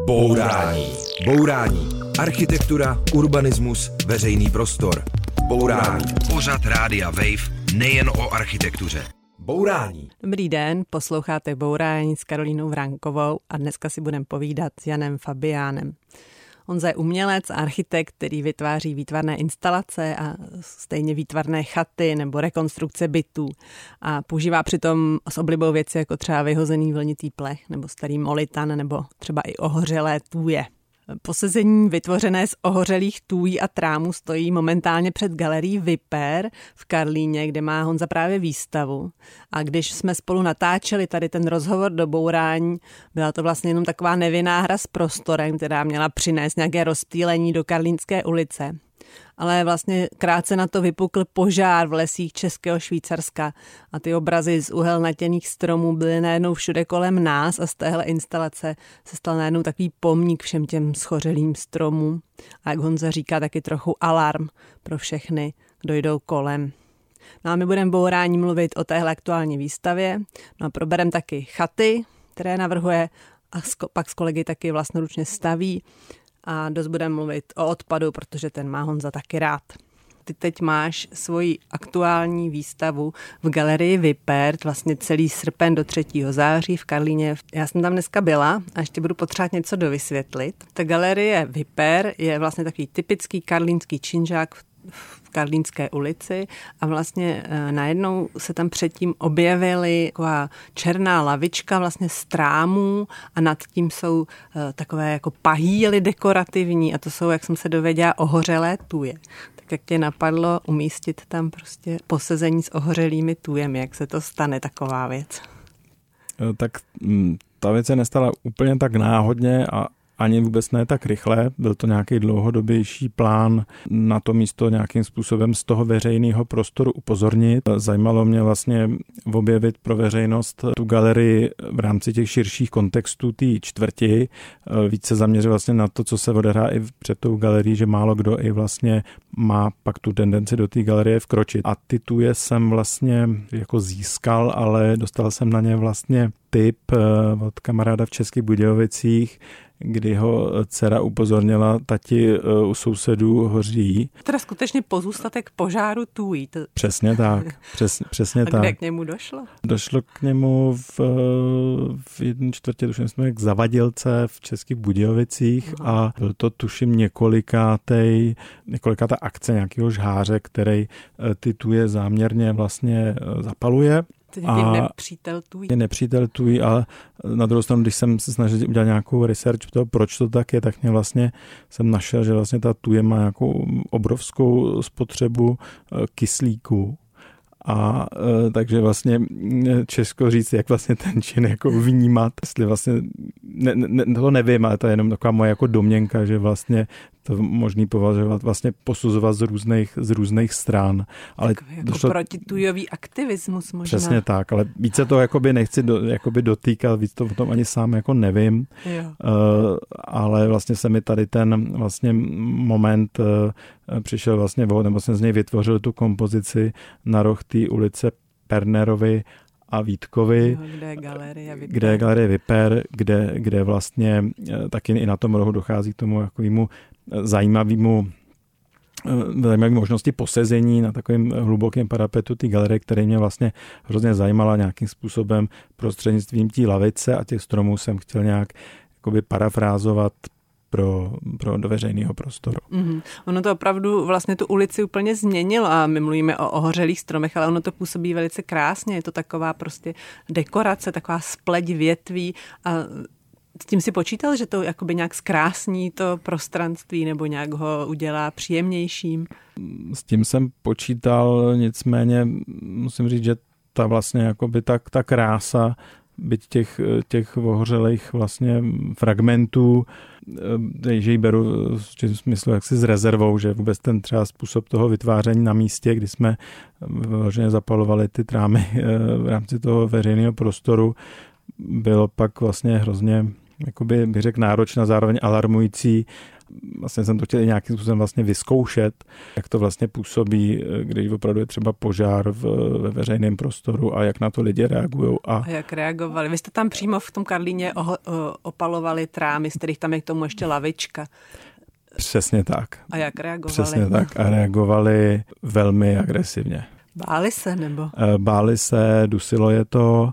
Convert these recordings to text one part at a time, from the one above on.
Bourání. Bourání. Architektura, urbanismus, veřejný prostor. Bourání. Pořad Rádia Wave nejen o architektuře. Bourání. Dobrý den, posloucháte Bourání s Karolínou Vránkovou a dneska si budeme povídat s Janem Fabiánem. Honza je umělec a architekt, který vytváří výtvarné instalace a stejně výtvarné chaty nebo rekonstrukce bytů. A používá přitom s oblibou věci jako třeba vyhozený vlnitý plech nebo starý molitan nebo třeba i ohořelé tůje. Posezení vytvořené z ohořelých tůjí a trámů stojí momentálně před galerií Viper v Karlíně, kde má Honza právě výstavu. A když jsme spolu natáčeli tady ten rozhovor do Bourání, byla to vlastně jenom taková nevinná hra s prostorem, která měla přinést nějaké rozptýlení do Karlínské ulice. Ale vlastně krátce na to vypukl požár v lesích Českého Švýcarska a ty obrazy z uhelnatěných stromů byly najednou všude kolem nás a z téhle instalace se stal najednou takový pomník všem těm schořelým stromům. A jak Honza říká, taky trochu alarm pro všechny, kdo jdou kolem. No a my budeme v Bourání mluvit o téhle aktuální výstavě, no a probereme taky chaty, které navrhuje a pak s kolegy taky vlastnoručně staví. A dost budeme mluvit o odpadu, protože ten má Honza taky rád. Ty teď máš svoji aktuální výstavu v galerii Viper, vlastně celý srpen do 3. září v Karlíně. Já jsem tam dneska byla a ještě budu potřebovat něco dovysvětlit. Ta galerie Viper je vlastně takový typický karlínský činžák v Karlínské ulici a vlastně najednou se tam předtím objevily taková černá lavička vlastně z trámů a nad tím jsou takové jako pahýly dekorativní a to jsou, jak jsem se dověděla, ohořelé tuje. Tak jak tě napadlo umístit tam prostě posezení s ohořelými tujemi, jak se to stane taková věc? Tak ta věc se nestala úplně tak náhodně a ani vůbec ne tak rychle. Byl to nějaký dlouhodobější plán na to místo nějakým způsobem z toho veřejného prostoru upozornit. Zajímalo mě vlastně objevit pro veřejnost tu galerii v rámci těch širších kontextů té čtvrti. Více zaměřit vlastně na to, co se odehrá i před tou galerií, že málo kdo i vlastně má pak tu tendenci do té galerie vkročit. A ty tuje jsem vlastně jako získal, ale dostal jsem na ně vlastně tip od kamaráda v Českých Budějovicích, kdy ho dcera upozornila, tati u sousedů hoří. Teda skutečně pozůstatek požáru tůjí. Přesně tak. Přesně a tak. Kde k němu došlo? Došlo k němu v 1/4, tuším jsme k Zavadilce v Českých Budějovicích a byl to tuším několikátá akce nějakého žháře, který ty tuje záměrně vlastně zapaluje. Nepřítel tůjí, ale na druhou stranu, když jsem se snažil udělat nějakou research toho, proč to tak je, tak mě vlastně jsem našel, že vlastně ta tuje má nějakou obrovskou spotřebu kyslíku. A takže vlastně Česko říct, jak vlastně ten čin jako vnímat, jestli vlastně, to nevím, ale to je jenom taková moje jako domněnka, že vlastně to možný považovat, vlastně posuzovat z různých stran. Ale jako protitujový aktivismus možná. Přesně tak, ale více to jakoby nechci dotýkat, víc to o tom ani sám jako nevím, ale vlastně se mi tady ten vlastně moment přišel vlastně, nebo jsem z něj vytvořil tu kompozici na roh té ulice Pernerovy a Vítkovi, kde je galerie Viper, kde vlastně taky i na tom rohu dochází k tomu jakovému zajímavé možnosti posezení na takovém hlubokém parapetu té galerie, který mě vlastně hrozně zajímala nějakým způsobem prostřednictvím té lavice a těch stromů jsem chtěl nějak jakoby parafrázovat do veřejného prostoru. Ono to opravdu vlastně tu ulici úplně změnilo a my mluvíme o ohořelých stromech, ale ono to působí velice krásně. Je to taková prostě dekorace, taková spleť větví a s tím si počítal, že to jakoby nějak zkrásní to prostranství nebo nějak ho udělá příjemnějším? S tím jsem počítal, nicméně musím říct, že ta vlastně jakoby ta krása byť těch ohořelých vlastně fragmentů, že ji beru v smyslu jaksi s rezervou, že vůbec ten třeba způsob toho vytváření na místě, kdy jsme vyloženě zapalovali ty trámy v rámci toho veřejného prostoru, bylo pak vlastně hrozně, jakoby bych řekl, náročné, zároveň alarmující vlastně jsem to chtěl nějakým způsobem vlastně vyzkoušet, jak to vlastně působí, když opravdu je třeba požár ve veřejném prostoru a jak na to lidi reagují. A jak reagovali? Vy jste tam přímo v tom Karlíně opalovali trámy, z kterých tam je k tomu ještě lavička. Přesně tak. A jak reagovali? Přesně tak. A reagovali velmi agresivně. Báli se, nebo? Báli se, dusilo je to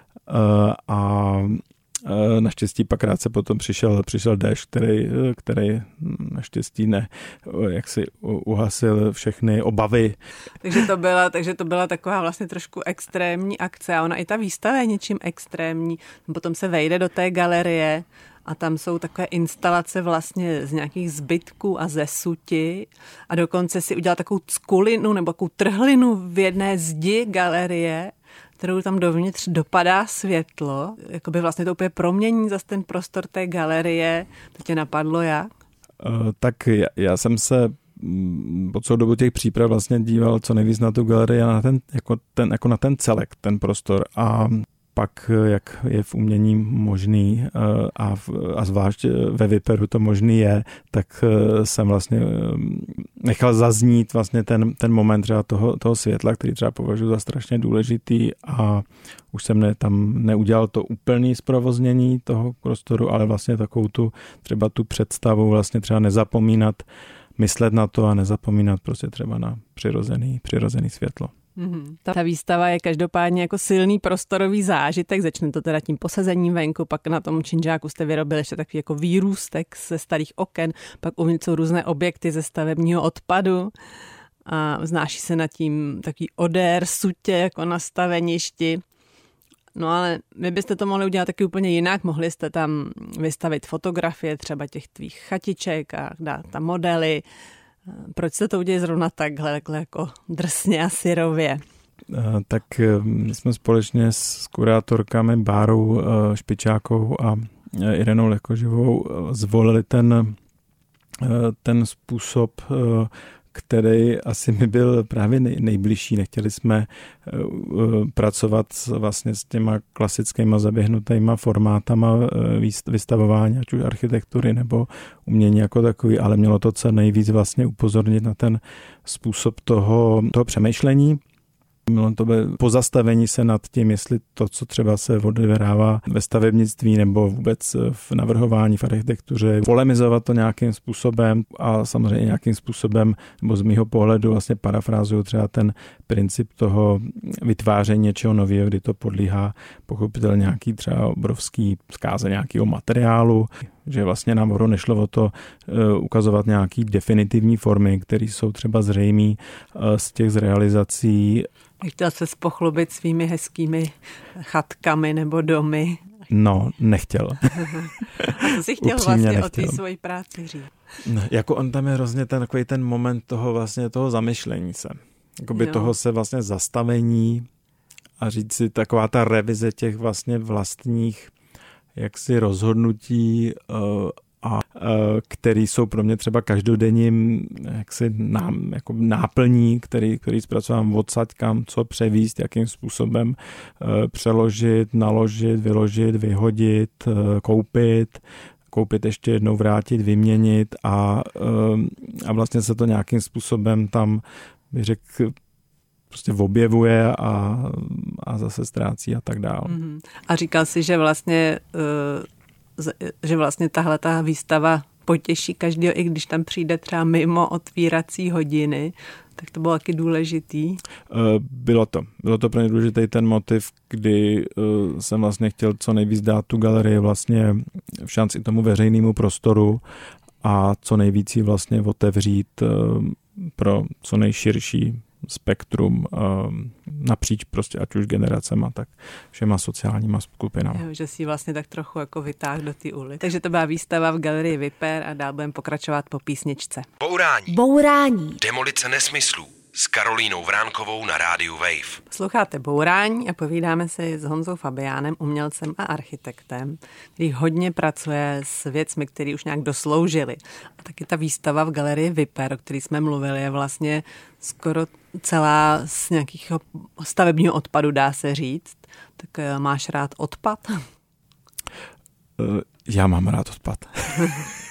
a naštěstí pak krátce potom přišel déšť, který naštěstí jak si uhasil všechny obavy. Takže to byla taková vlastně trošku extrémní akce a ona i ta výstava je něčím extrémní. Potom se vejde do té galerie a tam jsou takové instalace vlastně z nějakých zbytků a ze suti a dokonce si udělal takovou skulinu nebo takovou trhlinu v jedné zdi galerie, kterou tam dovnitř dopadá světlo. Jakoby vlastně to úplně promění zase ten prostor té galerie. To tě napadlo jak? Tak já jsem se po celou dobu těch příprav vlastně díval co nejvíc na tu galerii a na ten celek, ten prostor. A pak, jak je v umění možný a zvlášť ve Viperu to možný je, tak jsem vlastně nechal zaznít vlastně ten moment třeba toho světla, který třeba považuji za strašně důležitý a už jsem tam neudělal to úplné zprovoznění toho prostoru, ale vlastně takovou třeba tu představu vlastně třeba nezapomínat, myslet na to a nezapomínat prostě třeba na přirozený světlo. Ta výstava je každopádně jako silný prostorový zážitek, začne to teda tím posazením venku, pak na tom činžáku jste vyrobili ještě takový jako výrůstek ze starých oken, pak uvnitř jsou různé objekty ze stavebního odpadu a vznáší se nad tím takový odér sutě jako na staveništi. No ale vy byste to mohli udělat taky úplně jinak, mohli jste tam vystavit fotografie třeba těch tvých chatiček a dát tam modely. Proč se to uděje zrovna takhle jako drsně a syrově? Tak jsme společně s kurátorkami Bárou Špičákovou a Irenou Lekoživou zvolili ten způsob, který asi mi byl právě nejbližší. Nechtěli jsme pracovat vlastně s těma klasickýma zaběhnutýma formátama vystavování, ať už architektury nebo umění jako takový, ale mělo to co nejvíc vlastně upozornit na ten způsob toho přemýšlení. Mělo to pozastavení se nad tím, jestli to, co třeba se odehrává ve stavebnictví nebo vůbec v navrhování v architektuře, polemizovat to nějakým způsobem a samozřejmě nějakým způsobem, nebo z mýho pohledu vlastně parafrázuju třeba ten princip toho vytváření něčeho nového, kdy to podlíhá pochopitelně nějaký třeba obrovský zkáze nějakého materiálu, že vlastně nám nešlo o to ukazovat nějaký definitivní formy, které jsou třeba zřejmé z těch zrealizací. Chtěl se spochlubit svými hezkými chatkami nebo domy? No, nechtěl. A co jsi chtěl vlastně o té svojí práci říct? Jako on tam je hrozně takový ten moment toho zamyšlení se. Jakoby toho se vlastně zastavení a říct si taková ta revize těch vlastně vlastních jaksi rozhodnutí a který jsou pro mě třeba každodenním jaksi jako náplní, který zpracovám odsaď kam, co převíst, jakým způsobem přeložit, naložit, vyložit, vyhodit, koupit ještě jednou, vrátit, vyměnit a vlastně se to nějakým způsobem tam, bych řekl, prostě objevuje a zase ztrácí a tak dál. A říkal jsi, že vlastně tahle ta výstava potěší každého, i když tam přijde třeba mimo otvírací hodiny, tak to bylo taky důležitý? Bylo to pro mě důležitý ten motiv, kdy jsem vlastně chtěl co nejvíc dát tu galerii vlastně v šanci tomu veřejnému prostoru a co nejvíc ji vlastně otevřít pro co nejširší spektrum napříč prostě ať už generacema, tak všema sociálníma skupinama. Jo, že si vlastně tak trochu jako vytáhl do té ulice. Takže to byla výstava v galerii Viper a dál budeme pokračovat po písničce. Bourání. Demolice nesmyslů s Karolínou Vránkovou na rádiu Wave. Posloucháte Bourání a povídáme si s Honzou Fabiánem, umělcem a architektem, který hodně pracuje s věcmi, které už nějak dosloužily. A taky ta výstava v galerii Viper, o který jsme mluvili, je vlastně skoro celá z nějakého stavebního odpadu, dá se říct. Tak máš rád odpad? Já mám rád odpad.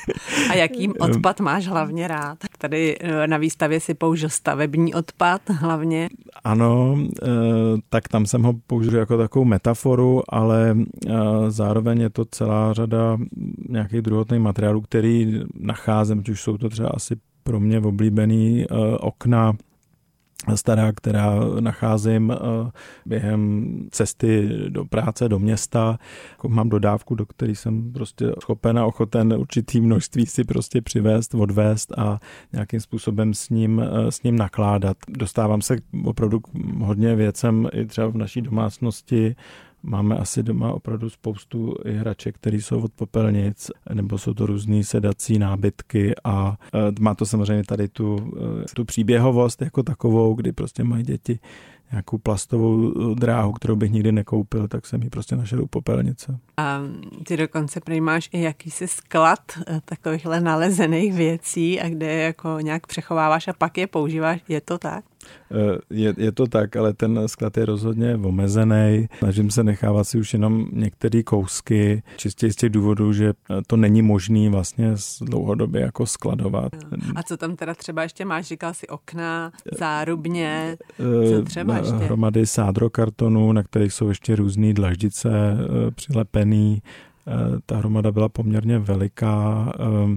A jaký odpad máš hlavně rád? Tady na výstavě si použil stavební odpad hlavně. Ano, tak tam jsem ho použil jako takovou metaforu, ale zároveň je to celá řada nějakých druhotných materiálů, který nacházím, už jsou to třeba asi pro mě oblíbený okna stará, která nacházím během cesty do práce, do města. Mám dodávku, do které jsem prostě schopen a ochoten určitý množství si prostě přivést, odvést a nějakým způsobem s ním nakládat. Dostávám se opravdu k hodně věcem i třeba v naší domácnosti. Máme asi doma opravdu spoustu hraček, které jsou od popelnic, nebo jsou to různý sedací nábytky a má to samozřejmě tady tu příběhovost jako takovou, kdy prostě mají děti nějakou plastovou dráhu, kterou bych nikdy nekoupil, tak jsem ji prostě našel u popelnice. A ty dokonce máš i jakýsi sklad takovýchhle nalezených věcí a kde je jako nějak přechováváš a pak je používáš, je to tak? Je to tak, ale ten sklad je rozhodně omezený. Snažím se nechávat si už jenom některé kousky, čistě z těch důvodů, že to není možný vlastně dlouhodobě jako skladovat. A co tam teda třeba ještě máš? Říkal jsi okna, zárubně, co třeba ještě? Hromady sádrokartonů, na kterých jsou ještě různý dlaždice přilepený. Ta hromada byla poměrně veliká.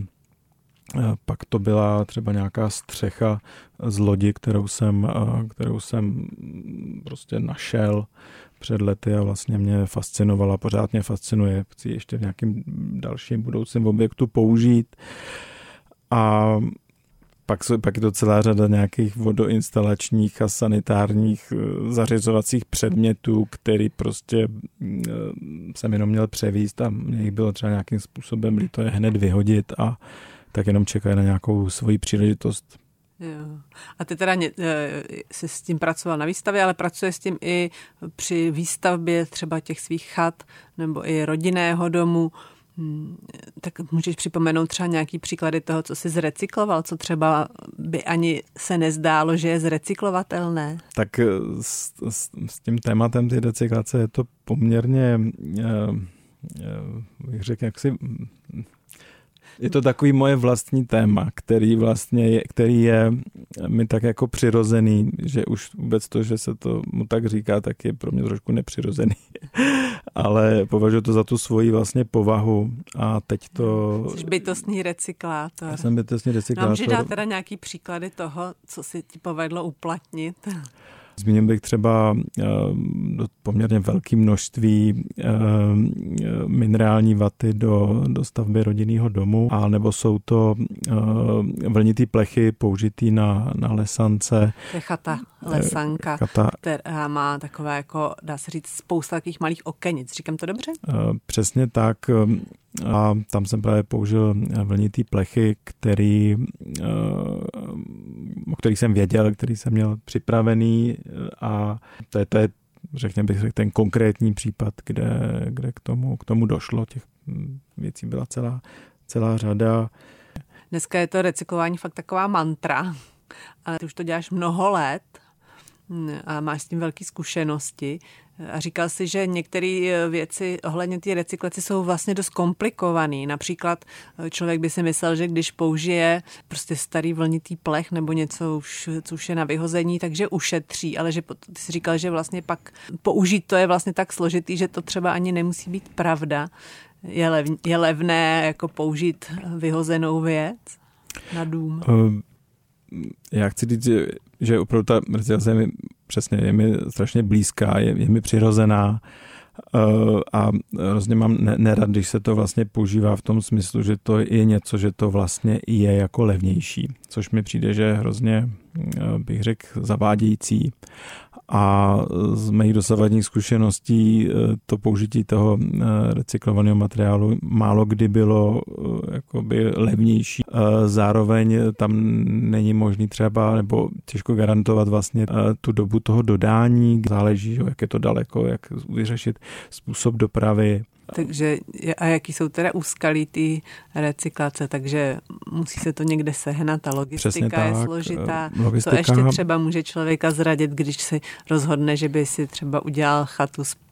Pak to byla třeba nějaká střecha z lodi, kterou jsem prostě našel před lety a vlastně mě fascinovala, pořád mě fascinuje. Chci ještě v nějakém dalším budoucím objektu použít. A pak je to celá řada nějakých vodoinstalačních a sanitárních zařizovacích předmětů, který prostě jsem jenom měl převízt a mě jich bylo třeba nějakým způsobem líto je hned vyhodit a tak jenom čekají na nějakou svoji příležitost. Jo. A ty teda jsi s tím pracoval na výstavě, ale pracuješ s tím i při výstavbě třeba těch svých chat nebo i rodinného domu. Tak můžeš připomenout třeba nějaký příklady toho, co jsi zrecykloval, co třeba by ani se nezdálo, že je zrecyklovatelné? Tak s tím tématem ty recyklace je to poměrně, bych řekl, je to takový moje vlastní téma, který je mi tak jako přirozený, že už vůbec to, že se to mu tak říká, tak je pro mě trošku nepřirozený. Ale považuji to za tu svoji vlastně povahu a teď to... Jsi bytostný recyklátor. Já jsem bytostný recyklátor. Můžeš dát teda nějaký příklady toho, co si ti povedlo uplatnit? Zmíním bych třeba poměrně velké množství minerální vaty do stavby rodinného domu, a nebo jsou to vlnitý plechy použitý na lesance. To je chata, lesanka, která má takové, jako dá se říct, spousta takových malých okenic. Říkám to dobře? Přesně tak. A tam jsem právě použil vlnitý plechy, o kterých jsem věděl, který jsem měl připravený, a to je řekněme bych ten konkrétní případ, kde k tomu došlo. Těch věcí byla celá řada. Dneska je to recyklování fakt taková mantra, ale ty už to děláš mnoho let a máš s tím velké zkušenosti. A říkal si, že některé věci ohledně té recyklace jsou vlastně dost komplikované. Například člověk by si myslel, že když použije prostě starý vlnitý plech nebo něco, co už je na vyhození, takže ušetří, ale že ty jsi říkal, že vlastně pak použít to je vlastně tak složitý, že to třeba ani nemusí být pravda. Je levné jako použít vyhozenou věc na dům? Já chci říct, že opravdu ta recyklace je mi strašně blízká, je mi přirozená a hrozně mám nerad, když se to vlastně používá v tom smyslu, že to je něco, že to vlastně je jako levnější, což mi přijde, že je hrozně, bych řekl, zavádějící. A z mých dosavadních zkušeností to použití toho recyklovaného materiálu málo kdy bylo jakoby levnější. Zároveň tam není možný třeba, nebo těžko garantovat vlastně tu dobu toho dodání. Záleží, jak je to daleko, jak vyřešit způsob dopravy. Takže a jaký jsou teda úskalí ty recyklace, takže musí se to někde sehnat, ta logistika je složitá. Co ještě třeba může člověka zradit, když si rozhodne, že by si třeba udělal chatu z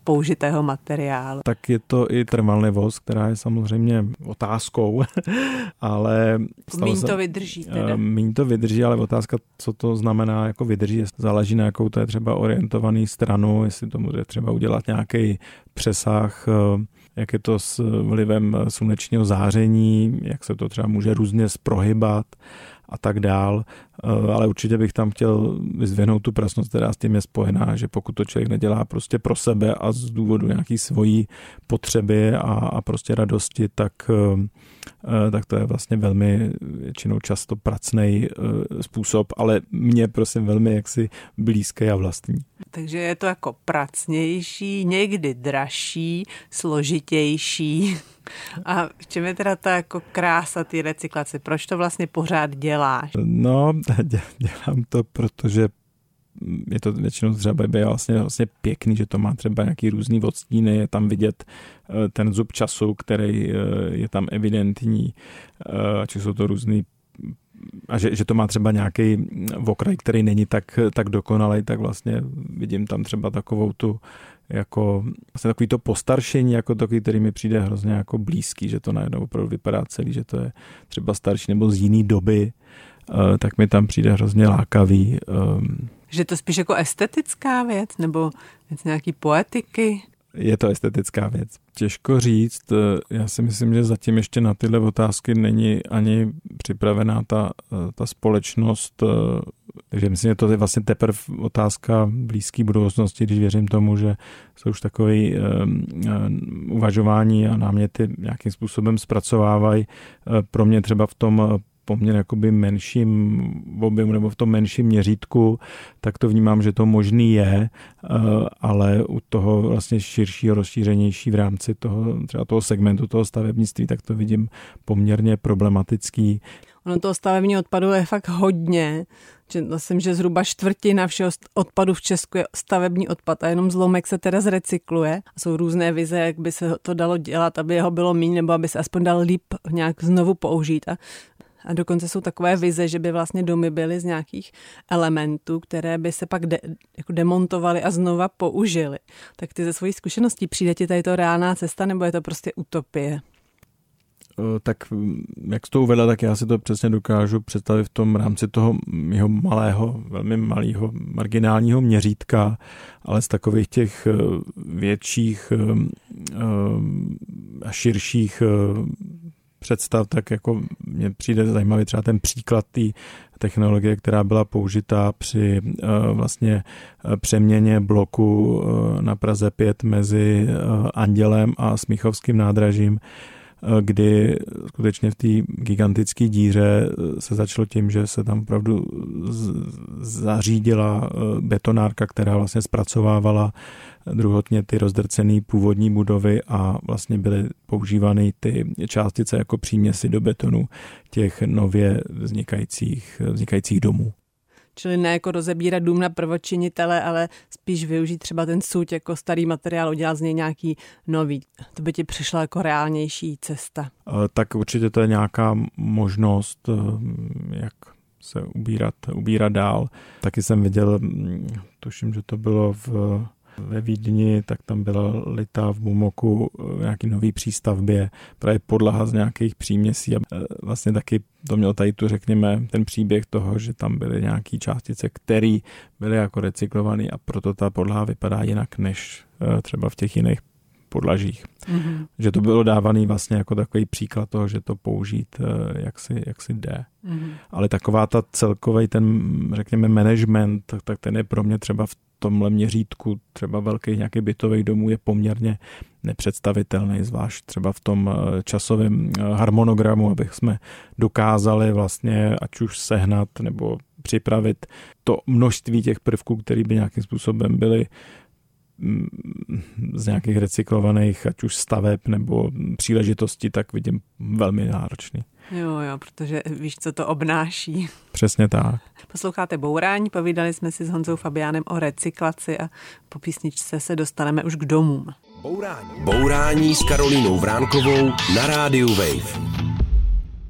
použitého materiálu. Tak je to i trvanlivost, která je samozřejmě otázkou, ale... Míň to vydrží teda. Míň to vydrží, ale otázka, co to znamená jako vydrží, záleží na jakou to je třeba orientovaný stranu, jestli to může třeba udělat nějaký přesah, jak je to s vlivem slunečního záření, jak se to třeba může různě zprohybat a tak dál, ale určitě bych tam chtěl vyzdvihnout tu pracnost, která s tím je spojená, že pokud to člověk nedělá prostě pro sebe a z důvodu nějaký svojí potřeby a prostě radosti, tak to je vlastně velmi většinou často pracnej způsob, ale mně prosím velmi jaksi blízký a vlastní. Takže je to jako pracnější, někdy dražší, složitější. A v čem je teda ta jako krása té recyklace? Proč to vlastně pořád děláš? No, dělám to, protože je to většinou třeba vlastně pěkný, že to má třeba nějaký různý odstíny, je tam vidět ten zub času, který je tam evidentní, ať jsou to různý a že to má třeba nějaký okraj, který není tak dokonalej, tak vlastně vidím tam třeba takovou tu jako vlastně takový to postaršení, jako takový, který mi přijde hrozně jako blízký, že to najednou opravdu vypadá celý, že to je třeba starší nebo z jiný doby, tak mi tam přijde hrozně lákavý. Že to spíš jako estetická věc nebo věc nějaký poetiky? Je to estetická věc. Těžko říct. Já si myslím, že zatím ještě na tyhle otázky není ani připravená ta společnost. Takže myslím, že to je vlastně teprve otázka blízké budoucnosti, když věřím tomu, že se už takové uvažování a náměty nějakým způsobem zpracovávají. Pro mě třeba v tom poměrně jakoby menším objemu nebo v tom menším měřítku, tak to vnímám, že to možný je, ale u toho vlastně širšího, rozšířenější v rámci toho segmentu toho stavebnictví, tak to vidím poměrně problematický. Ono toho stavebního odpadu je fakt hodně. Myslím, že zhruba čtvrtina všeho odpadu v Česku je stavební odpad a jenom zlomek se teda zrecykluje. Jsou různé vize, jak by se to dalo dělat, aby jeho bylo míň nebo aby se aspoň dal líp nějak znovu použít. A dokonce jsou takové vize, že by vlastně domy byly z nějakých elementů, které by se pak jako demontovaly a znova použily. Tak ty ze svojí zkušeností přijde ti tady to reálná cesta, nebo je to prostě utopie? Tak jak jsi to uvedla, tak já si to přesně dokážu představit v tom rámci toho mého malého, velmi malého marginálního měřítka, ale z takových těch větších a širších představ, tak jako mně přijde zajímavý třeba ten příklad té technologie, která byla použitá při vlastně přeměně bloku na Praze 5 mezi Andělem a Smíchovským nádražím, kdy skutečně v té gigantické díře se začalo tím, že se tam opravdu zařídila betonárka, která vlastně zpracovávala druhotně ty rozdrcené původní budovy a vlastně byly používány ty částice jako příměsi do betonu těch nově vznikajících domů. Čili ne jako rozebírat dům na prvočinitele, ale spíš využít třeba ten suť jako starý materiál, udělat z něj nějaký nový. To by ti přišla jako reálnější cesta. Tak určitě to je nějaká možnost, jak se ubírat dál. Taky jsem viděl, tuším, že to bylo ve Vídni, tak tam byla litá v Bumoku nějaký nový přístavbě, právě podlaha z nějakých příměsí a vlastně taky to mělo tady tu, řekněme, ten příběh toho, že tam byly nějaký částice, které byly jako recyklované a proto ta podlaha vypadá jinak než třeba v těch jiných podlažích. Mm-hmm. Že to bylo dávaný vlastně jako takový příklad toho, že to použít jak si jde. Mm-hmm. Ale taková ta celkový ten, řekněme, management, tak ten je pro mě třeba v tomhle měřítku třeba velkých nějakých bytových domů je poměrně nepředstavitelný, zvlášť třeba v tom časovém harmonogramu, abych jsme dokázali vlastně ať už sehnat nebo připravit to množství těch prvků, které by nějakým způsobem byly z nějakých recyklovaných ať už staveb nebo příležitostí, tak vidím velmi náročný. Jo, protože víš, co to obnáší. Přesně tak. Posloucháte Bourání, povídali jsme si s Honzou Fabiánem o recyklaci a po písničce se dostaneme už k domům. Bourání s Karolínou Vránkovou na rádiu Wave.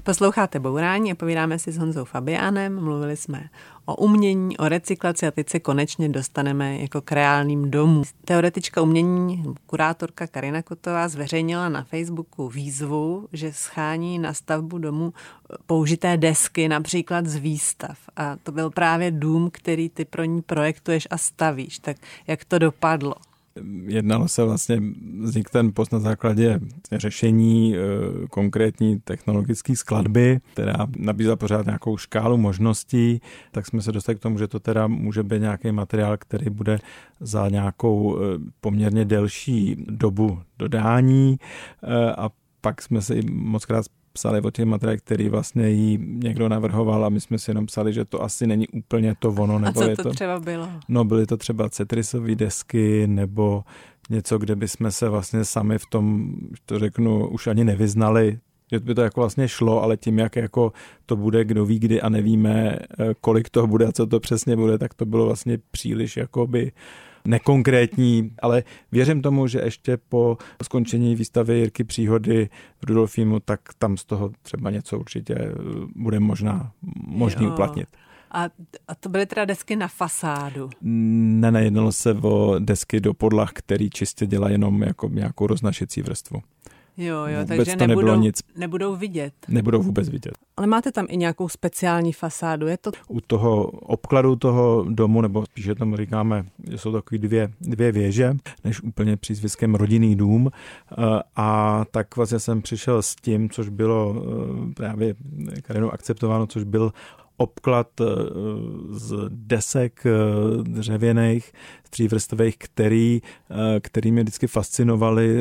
Posloucháte Bourání a povídáme si s Honzou Fabiánem. Mluvili jsme o umění, o recyklaci a teď se konečně dostaneme jako k reálným domům. Teoretička umění, kurátorka Karina Kotová zveřejnila na Facebooku výzvu, že schání na stavbu domu použité desky, například z výstav. A to byl právě dům, který ty pro ní projektuješ a stavíš. Tak jak to dopadlo? Jednalo se vlastně, vznikl ten post na základě řešení konkrétní technologické skladby, která nabízela pořád nějakou škálu možností, tak jsme se dostali k tomu, že to teda může být nějaký materiál, který bude za nějakou poměrně delší dobu dodání a pak jsme se mockrát psali o těch materiálech, který vlastně jí někdo navrhoval a my jsme si jenom psali, že to asi není úplně to ono. Nebo a co to třeba bylo? No, byly to třeba cetrisové desky nebo něco, kde bychom se vlastně sami v tom, to řeknu, už ani nevyznali, že by to jako vlastně šlo, ale tím, jak jako to bude, kdo ví kdy a nevíme, kolik toho bude a co to přesně bude, tak to bylo vlastně příliš jakoby nekonkrétní, ale věřím tomu, že ještě po skončení výstavy Jirky Příhody v Rudolfínu, tak tam z toho třeba něco určitě bude možný uplatnit. A to byly teda desky na fasádu? Nejednalo se o desky do podlah, který čistě dělá jenom jako nějakou roznašecí vrstvu. Jo, vůbec takže nebudou vidět. Nebudou vůbec vidět. Ale máte tam i nějakou speciální fasádu, je to? U toho obkladu toho domu, nebo spíše tam říkáme, že jsou takové dvě věže, než úplně přízviskem rodinný dům. A tak vlastně jsem přišel s tím, což bylo právě Karinou akceptováno, což byl obklad z desek dřevěných, třívrstvých, který mě vždycky fascinovaly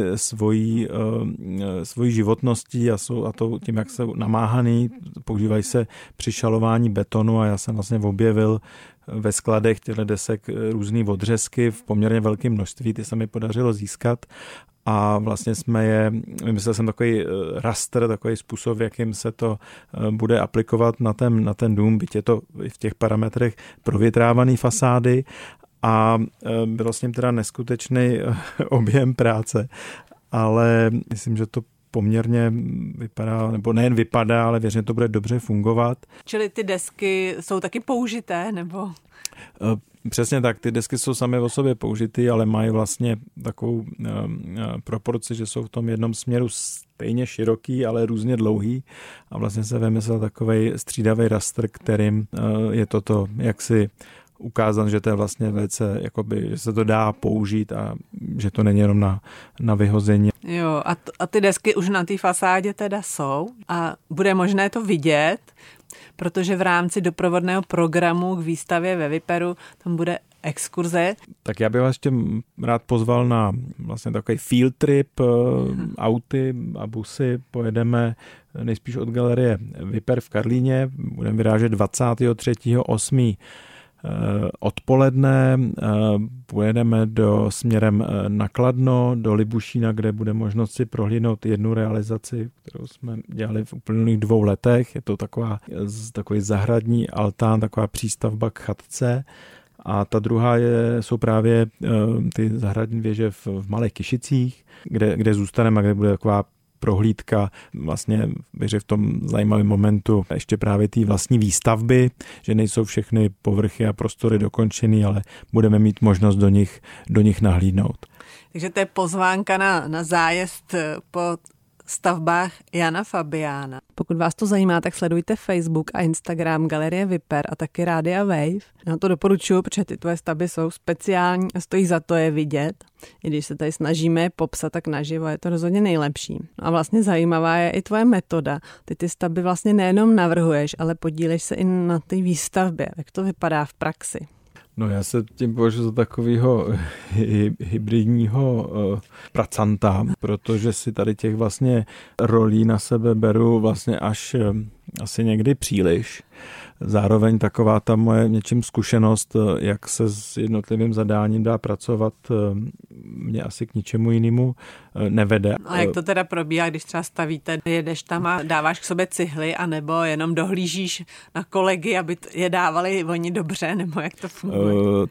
svojí životností a to tím, jak jsou namáhaný, používají se při šalování betonu a já jsem vlastně objevil ve skladech těchto desek různý odřezky v poměrně velkém množství, ty se mi podařilo získat. A vlastně vymyslel jsem takový raster, takový způsob, jakým se to bude aplikovat na ten dům, byť je to v těch parametrech provětrávaný fasády a bylo s ním teda neskutečný objem práce, ale myslím, že to poměrně vypadá, nebo nejen vypadá, ale věřím, že to bude dobře fungovat. Čili ty desky jsou taky použité, nebo? Přesně tak, ty desky jsou samy o sobě použitý, ale mají vlastně takovou proporci, že jsou v tom jednom směru stejně široký, ale různě dlouhý a vlastně se vymyslel takovej střídavý raster, kterým je toto jaksi ukázat, že to je vlastně velice, jakoby, že se to dá použít a že to není jenom na vyhození. Jo, a ty desky už na té fasádě teda jsou a bude možné to vidět, protože v rámci doprovodného programu k výstavě ve Viperu tam bude exkurze. Tak já bych vás ještě rád pozval na vlastně takový field trip, auty a busy. Pojedeme nejspíš od galerie Viper v Karlíně, budeme vyrážet 23.8. odpoledne, pojedeme směrem na Kladno, do Libušína, kde bude možnost si prohlídnout jednu realizaci, kterou jsme dělali v uplynulých 2 letech. Je to takový zahradní altán, taková přístavba k chatce. A ta druhá jsou právě ty zahradní věže v Malých Kyšicích, kde zůstaneme a kde bude taková prohlídka vlastně v tom zajímavém momentu ještě právě té vlastní výstavby, že nejsou všechny povrchy a prostory dokončený, ale budeme mít možnost do nich nahlídnout. Takže to je pozvánka na zájezd po stavbách Jana Fabiána. Pokud vás to zajímá, tak sledujte Facebook a Instagram Galerie Viper a taky Rádia Wave. Já to doporučuji, protože ty tvoje stavby jsou speciální a stojí za to je vidět. I když se tady snažíme popsat tak naživo, je to rozhodně nejlepší. A vlastně zajímavá je i tvoje metoda. Ty stavby vlastně nejenom navrhuješ, ale podíleš se i na té výstavbě. Jak to vypadá v praxi? No já se tím považuji za takového hybridního pracanta, protože si tady těch vlastně rolí na sebe beru vlastně až asi někdy příliš. Zároveň taková ta moje něčím zkušenost, jak se s jednotlivým zadáním dá pracovat, mě asi k ničemu jinému nevede. A jak to teda probíhá, když třeba stavíte, jedeš tam a dáváš k sobě cihly, anebo jenom dohlížíš na kolegy, aby je dávali oni dobře, nebo jak to funguje?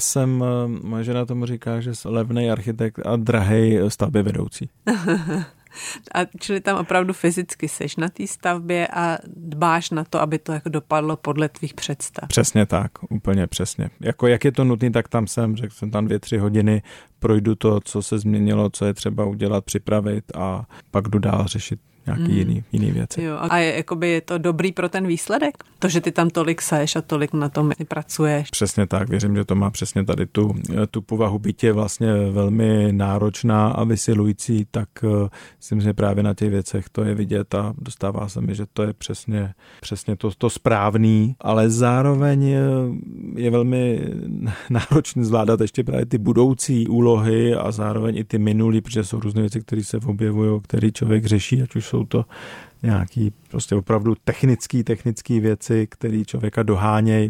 Moje žena tomu říká, že jsem levnej architekt a drahej stavbyvedoucí. A čili tam opravdu fyzicky seš na té stavbě a dbáš na to, aby to jako dopadlo podle tvých představ. Přesně tak, úplně přesně. Jako jak je to nutné, tak tam řekl jsem tam 2-3 hodiny, projdu to, co se změnilo, co je třeba udělat, připravit a pak jdu dál řešit nějaký jiný věci. Jo, a je to dobrý pro ten výsledek? To, že ty tam tolik seš a tolik na tom pracuješ? Přesně tak, věřím, že to má přesně tady tu povahu, byť je vlastně velmi náročná a vysilující, tak myslím, že právě na těch věcech to je vidět a dostává se mi, že to je přesně to správný, ale zároveň je velmi náročné zvládat ještě právě ty budoucí úlohy a zároveň i ty minulý, protože jsou různé věci, které se objevují, které člověk řeší, ať už jsou to nějaký prostě opravdu technické věci, které člověka dohánějí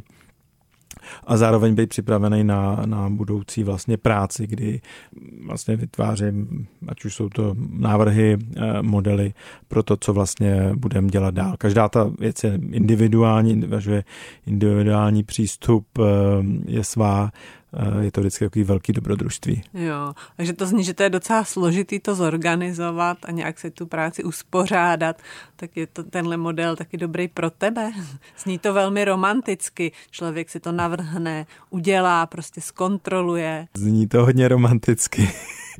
a zároveň být připravený na budoucí vlastně práci, kdy vlastně vytvářím, ať už jsou to návrhy, modely pro to, co vlastně budeme dělat dál. Každá ta věc je individuální, vyvažuje individuální přístup, je svá, je to vždycky takový velký dobrodružství. Jo, takže to zní, že to je docela složitý to zorganizovat a nějak se tu práci uspořádat, tak je to tenhle model taky dobrý pro tebe. Zní to velmi romanticky, člověk si to navrhne, udělá, prostě zkontroluje. Zní to hodně romanticky,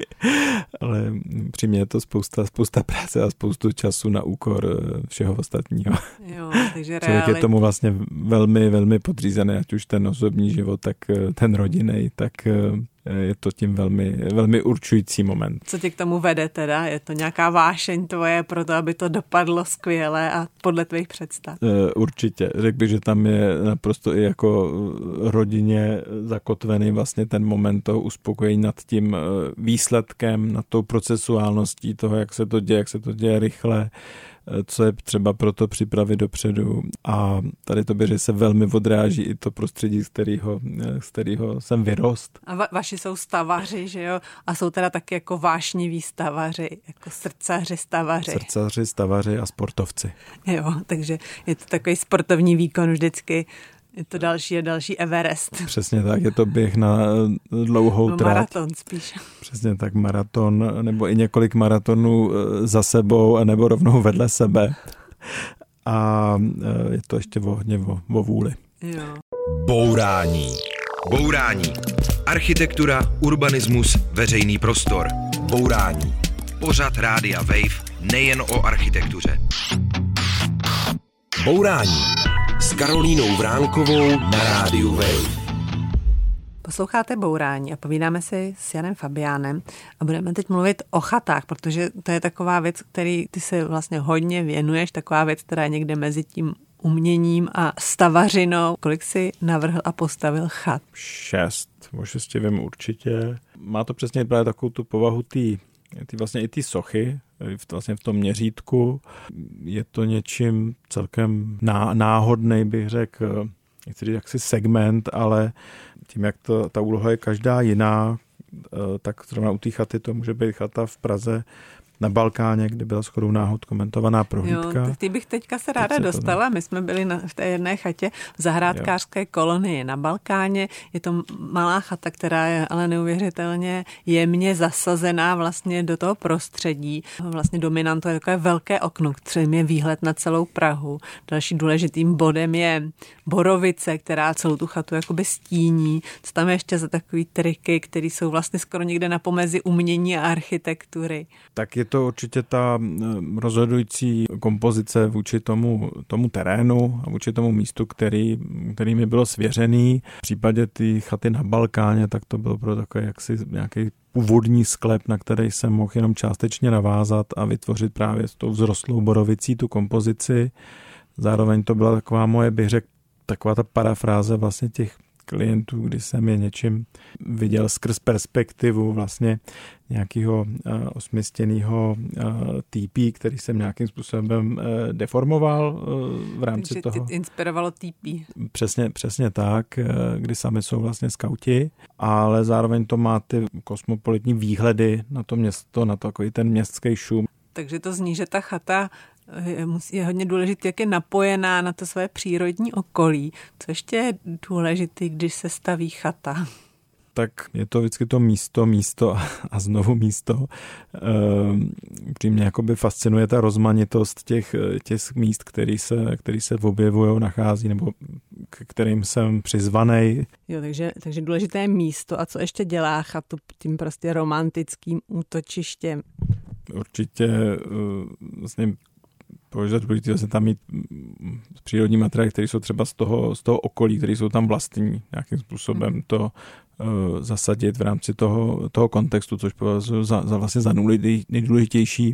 ale přímě je to spousta práce a spoustu času na úkor všeho ostatního. Jo, takže člověk je tomu vlastně velmi, velmi podřízený, ať už ten osobní život, tak ten rodinný, tak je to tím velmi, velmi určující moment. Co tě k tomu vede teda? Je to nějaká vášeň tvoje pro to, aby to dopadlo skvěle a podle tvých představ? Určitě. Řekl bych, že tam je naprosto i jako rodině zakotvený vlastně ten moment toho uspokojení nad tím výsledkem, nad tou procesuálností toho, jak se to děje rychle, co je třeba pro to připravit dopředu. A tady to běže se velmi odráží i to prostředí, z kterého jsem vyrost. A vaši jsou stavaři, že jo? A jsou teda taky jako vášniví stavaři, jako srdcaři, stavaři a sportovci. Jo, takže je to takový sportovní výkon vždycky. Je to další a další Everest. Přesně tak, je to běh na dlouhou trať. Maraton spíš. Přesně tak, maraton, nebo i několik maratonů za sebou, nebo rovnou vedle sebe. A je to ještě hodně o vůli. Jo. Bourání. Architektura, urbanismus, veřejný prostor. Bourání. Pořad Rádia Wave nejen o architektuře. Bourání. S Karolínou Vránkovou na Rádiu Wave. Posloucháte Bourání a povídáme si s Janem Fabiánem a budeme teď mluvit o chatách, protože to je taková věc, který ty se vlastně hodně věnuješ, taková věc, která je někde mezi tím uměním a stavařinou. Kolik jsi navrhl a postavil chat? 6, o 6 vím určitě. Má to přesně právě takovou tu povahu vlastně i ty sochy, vlastně v tom měřítku. Je to něčím celkem náhodnej, bych řekl, nechci říct jaksi segment, ale tím, jak ta úloha je každá jiná, tak zrovna u té chaty to může být chata v Praze na Balkáně, kde byla shodou náhod komentovaná prohlídka. Jo, tak ty bych teďka se ráda dostala. My jsme byli v té jedné chatě v zahrádkářské kolonii na Balkáně. Je to malá chata, která je ale neuvěřitelně jemně zasazená vlastně do toho prostředí. Vlastně dominantou je takové velké okno, kterým je výhled na celou Prahu. Dalším důležitým bodem je borovice, která celou tu chatu jakoby stíní. Co tam je ještě za takový triky, které jsou vlastně skoro někde na pomezi umění a architektury? Tak je to určitě ta rozhodující kompozice vůči tomu terénu a vůči tomu místu, který mi bylo svěřený. V případě té chaty na Balkáně, tak to bylo pro takový jaksi nějaký původní sklep, na který jsem mohl jenom částečně navázat a vytvořit právě s tou vzrostlou borovicí tu kompozici. Zároveň to byla taková moje, bych řekl, taková ta parafráze vlastně těch klientů, kdy jsem je něčím viděl skrz perspektivu vlastně nějakého osmistěného TP, který jsem nějakým způsobem deformoval v rámci takže toho. Takže inspirovalo TP. Přesně tak, kdy sami jsou vlastně skauti, ale zároveň to má ty kosmopolitní výhledy na to město, na takový ten městský šum. Takže to zní, že ta chata je hodně důležité, jak je napojená na to své přírodní okolí. Co ještě je důležité, když se staví chata? tak je to vždycky to místo a znovu místo. Při mě jakoby fascinuje ta rozmanitost těch míst, který se objevují, nachází, nebo k kterým jsem přizvanej. Jo, takže důležité místo. A co ještě dělá chatu tím prostě romantickým útočištěm? Určitě vlastně považuji důležité se tam mít přírodní materiály, které jsou třeba z toho okolí, které jsou tam vlastní, nějakým způsobem to zasadit v rámci toho kontextu, což považuji za nejdůležitější.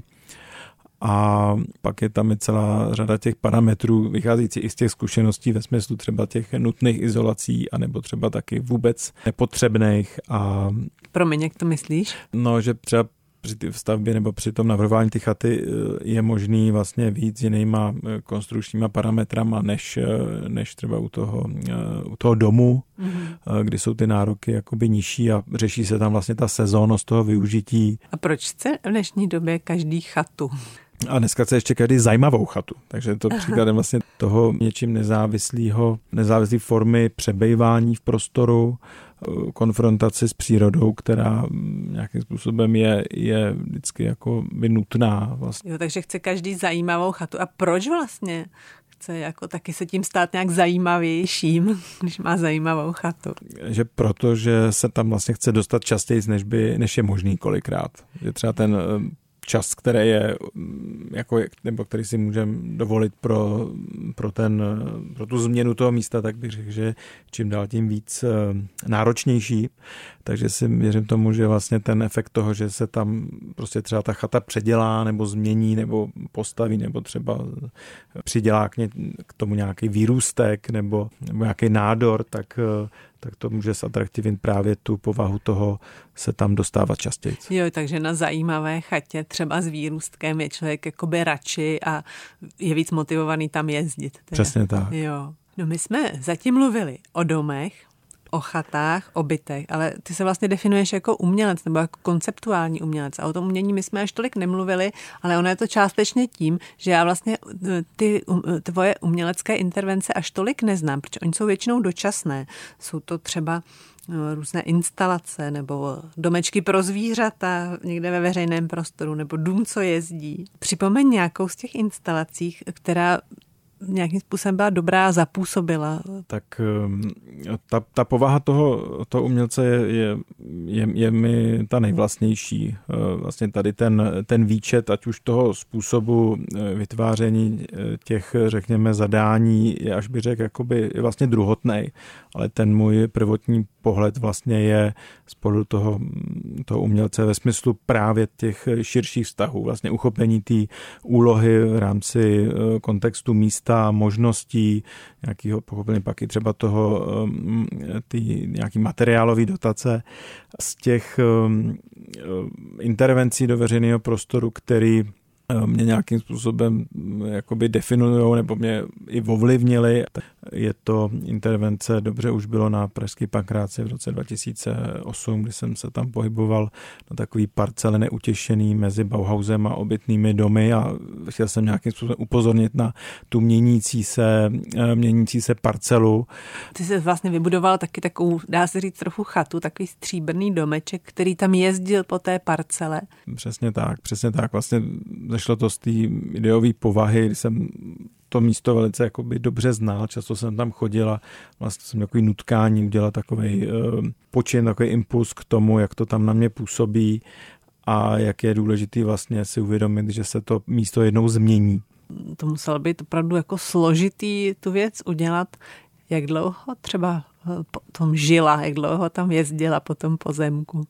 A pak je tam i celá řada těch parametrů, vycházející i z těch zkušeností ve smyslu třeba těch nutných izolací, anebo třeba taky vůbec nepotřebných. Promiň, jak to myslíš? No, že třeba při té stavbě nebo při tom navrhování ty chaty je možný vlastně víc jinýma konstrukčníma parametrama, než třeba u toho domu, kdy jsou ty nároky jakoby nižší a řeší se tam vlastně ta sezónnost toho využití. A proč chce v dnešní době každý chatu? A dneska chce ještě každý zajímavou chatu. Takže je to příkladem vlastně toho něčím nezávislé formy přebývání v prostoru, konfrontace s přírodou, která nějakým způsobem je vždycky jako by nutná. Vlastně. Jo, takže chce každý zajímavou chatu. A proč vlastně chce jako taky se tím stát nějak zajímavějším, když má zajímavou chatu? Že protože se tam vlastně chce dostat častěji, než je možný kolikrát. Že třeba ten čas, který je nebo který si můžeme dovolit pro tu změnu toho místa, tak bych řekl, že čím dál tím víc náročnější. Takže si věřím tomu, že vlastně ten efekt toho, že se tam prostě třeba ta chata předělá nebo změní nebo postaví nebo třeba přidělá k tomu nějaký výrůstek nebo nějaký nádor, tak to může zatraktivnit právě tu povahu toho se tam dostávat častěji. Jo, takže na zajímavé chatě třeba s výrůstkem je člověk jakoby radši a je víc motivovaný tam jezdit. Teda. Přesně tak. Jo. No my jsme zatím mluvili o domech, o chatách, o bytech, ale ty se vlastně definuješ jako umělec nebo jako konceptuální umělec. A o tom umění my jsme až tolik nemluvili, ale ono je to částečně tím, že já vlastně ty tvoje umělecké intervence až tolik neznám, protože oni jsou většinou dočasné. Jsou to třeba různé instalace nebo domečky pro zvířata někde ve veřejném prostoru nebo dům, co jezdí. Připomeň nějakou z těch instalací, která nějakým způsobem byla dobrá a zapůsobila. Tak ta povaha toho umělce je mi ta nejvlastnější. Vlastně tady ten výčet, ať už toho způsobu vytváření těch, řekněme, zadání, je až bych řekl, jakoby je vlastně druhotnej, ale ten můj prvotní pohled vlastně je z pohledu toho umělce ve smyslu právě těch širších vztahů, vlastně uchopení té úlohy v rámci kontextu místa, možností, nějakého pochopení pak i třeba nějaký materiálový dotace z těch intervencí do veřejného prostoru, který mě nějakým způsobem jakoby definujou nebo mě i ovlivnili. Je to intervence, dobře už bylo na Pražské Pankráci v roce 2008, kdy jsem se tam pohyboval na takový parcele neutěšený mezi Bauhausem a obytnými domy a chtěl jsem nějakým způsobem upozornit na tu měnící se parcelu. Ty jsi vlastně vybudoval taky takovou, dá se říct, trochu chatu, takový stříbrný domeček, který tam jezdil po té parcele. Přesně tak. Vlastně zašlo to z té ideové povahy, kdy jsem to místo velice jakoby dobře znal, často jsem tam chodil a vlastně jsem takový nutkání udělat takovej počin, takový impuls k tomu, jak to tam na mě působí a jak je důležitý vlastně si uvědomit, že se to místo jednou změní. To muselo být opravdu jako složitý tu věc udělat. Jak dlouho třeba potom žila, jak dlouho tam jezdila po tom pozemku?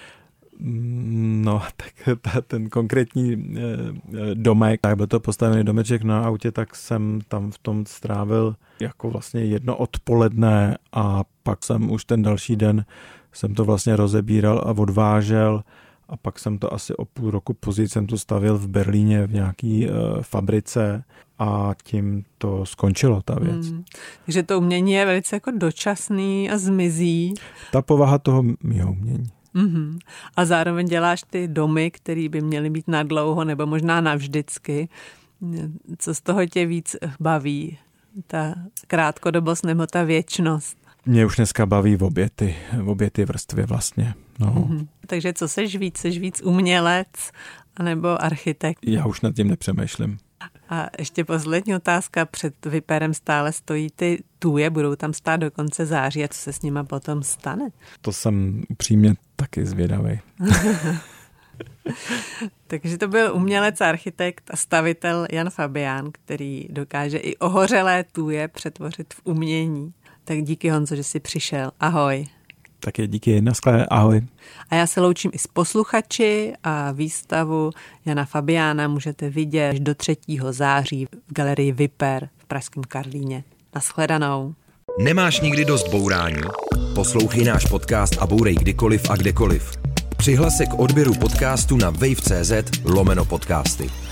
No, tak ten konkrétní domek, tak byl to postavený domeček na autě, tak jsem tam v tom strávil jako vlastně jedno odpoledne a pak jsem už ten další den jsem to vlastně rozebíral a odvážel a pak jsem to asi o půl roku později jsem to stavil v Berlíně v nějaký fabrice a tím to skončilo, ta věc. Takže to umění je velice jako dočasný a zmizí. Ta povaha toho mýho umění. Mm-hmm. A zároveň děláš ty domy, které by měly být na dlouho nebo možná navždycky. Co z toho tě víc baví? Ta krátkodobost nebo ta věčnost? Mě už dneska baví v obě ty vrstvy vlastně. No. Takže co seš víc umělec anebo architekt? Já už nad tím nepřemýšlím. A ještě poslední otázka, před Viperem stále stojí ty tuje, budou tam stát do konce září a co se s nima potom stane? To jsem upřímně taky zvědavý. Takže to byl umělec, architekt a stavitel Jan Fabián, který dokáže i ohořelé tuje přetvořit v umění. Tak díky, Honzo, že jsi přišel. Ahoj. Taky díky, naschle, ahoj. A já se loučím i s posluchači a výstavu Jana Fabiána můžete vidět až do 3. září v galerii Viper v pražském Karlíně. Naschledanou. Nemáš nikdy dost bourání? Poslouchej náš podcast a bourej kdykoliv a kdekoliv. Přihlas se k odběru podcastu na wave.cz/podcasty.